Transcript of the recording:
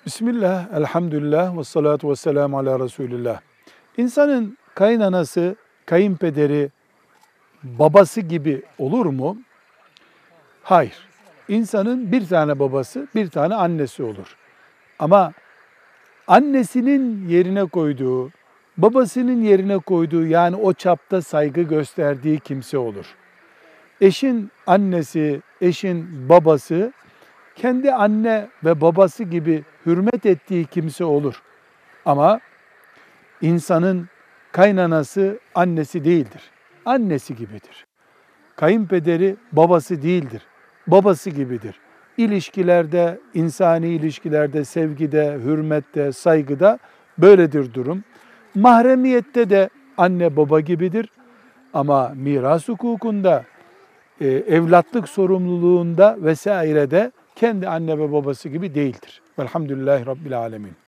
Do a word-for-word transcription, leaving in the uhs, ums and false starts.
Bismillah, elhamdülillah ve salatu ve selamu ala Resulillah. İnsanın kaynanası, kayınpederi, babası gibi olur mu? Hayır. İnsanın bir tane babası, bir tane annesi olur. Ama annesinin yerine koyduğu, babasının yerine koyduğu, yani o çapta saygı gösterdiği kimse olur. Eşin annesi, eşin babası, kendi anne ve babası gibi hürmet ettiği kimse olur. Ama insanın kaynanası annesi değildir. Annesi gibidir. Kayınpederi babası değildir. Babası gibidir. İlişkilerde, insani ilişkilerde, sevgide, hürmette, saygıda böyledir durum. Mahremiyette de anne baba gibidir. Ama miras hukukunda, e, evlatlık sorumluluğunda vesairede kendi anne ve babası gibi değildir. Velhamdülillahi Rabbil Alemin.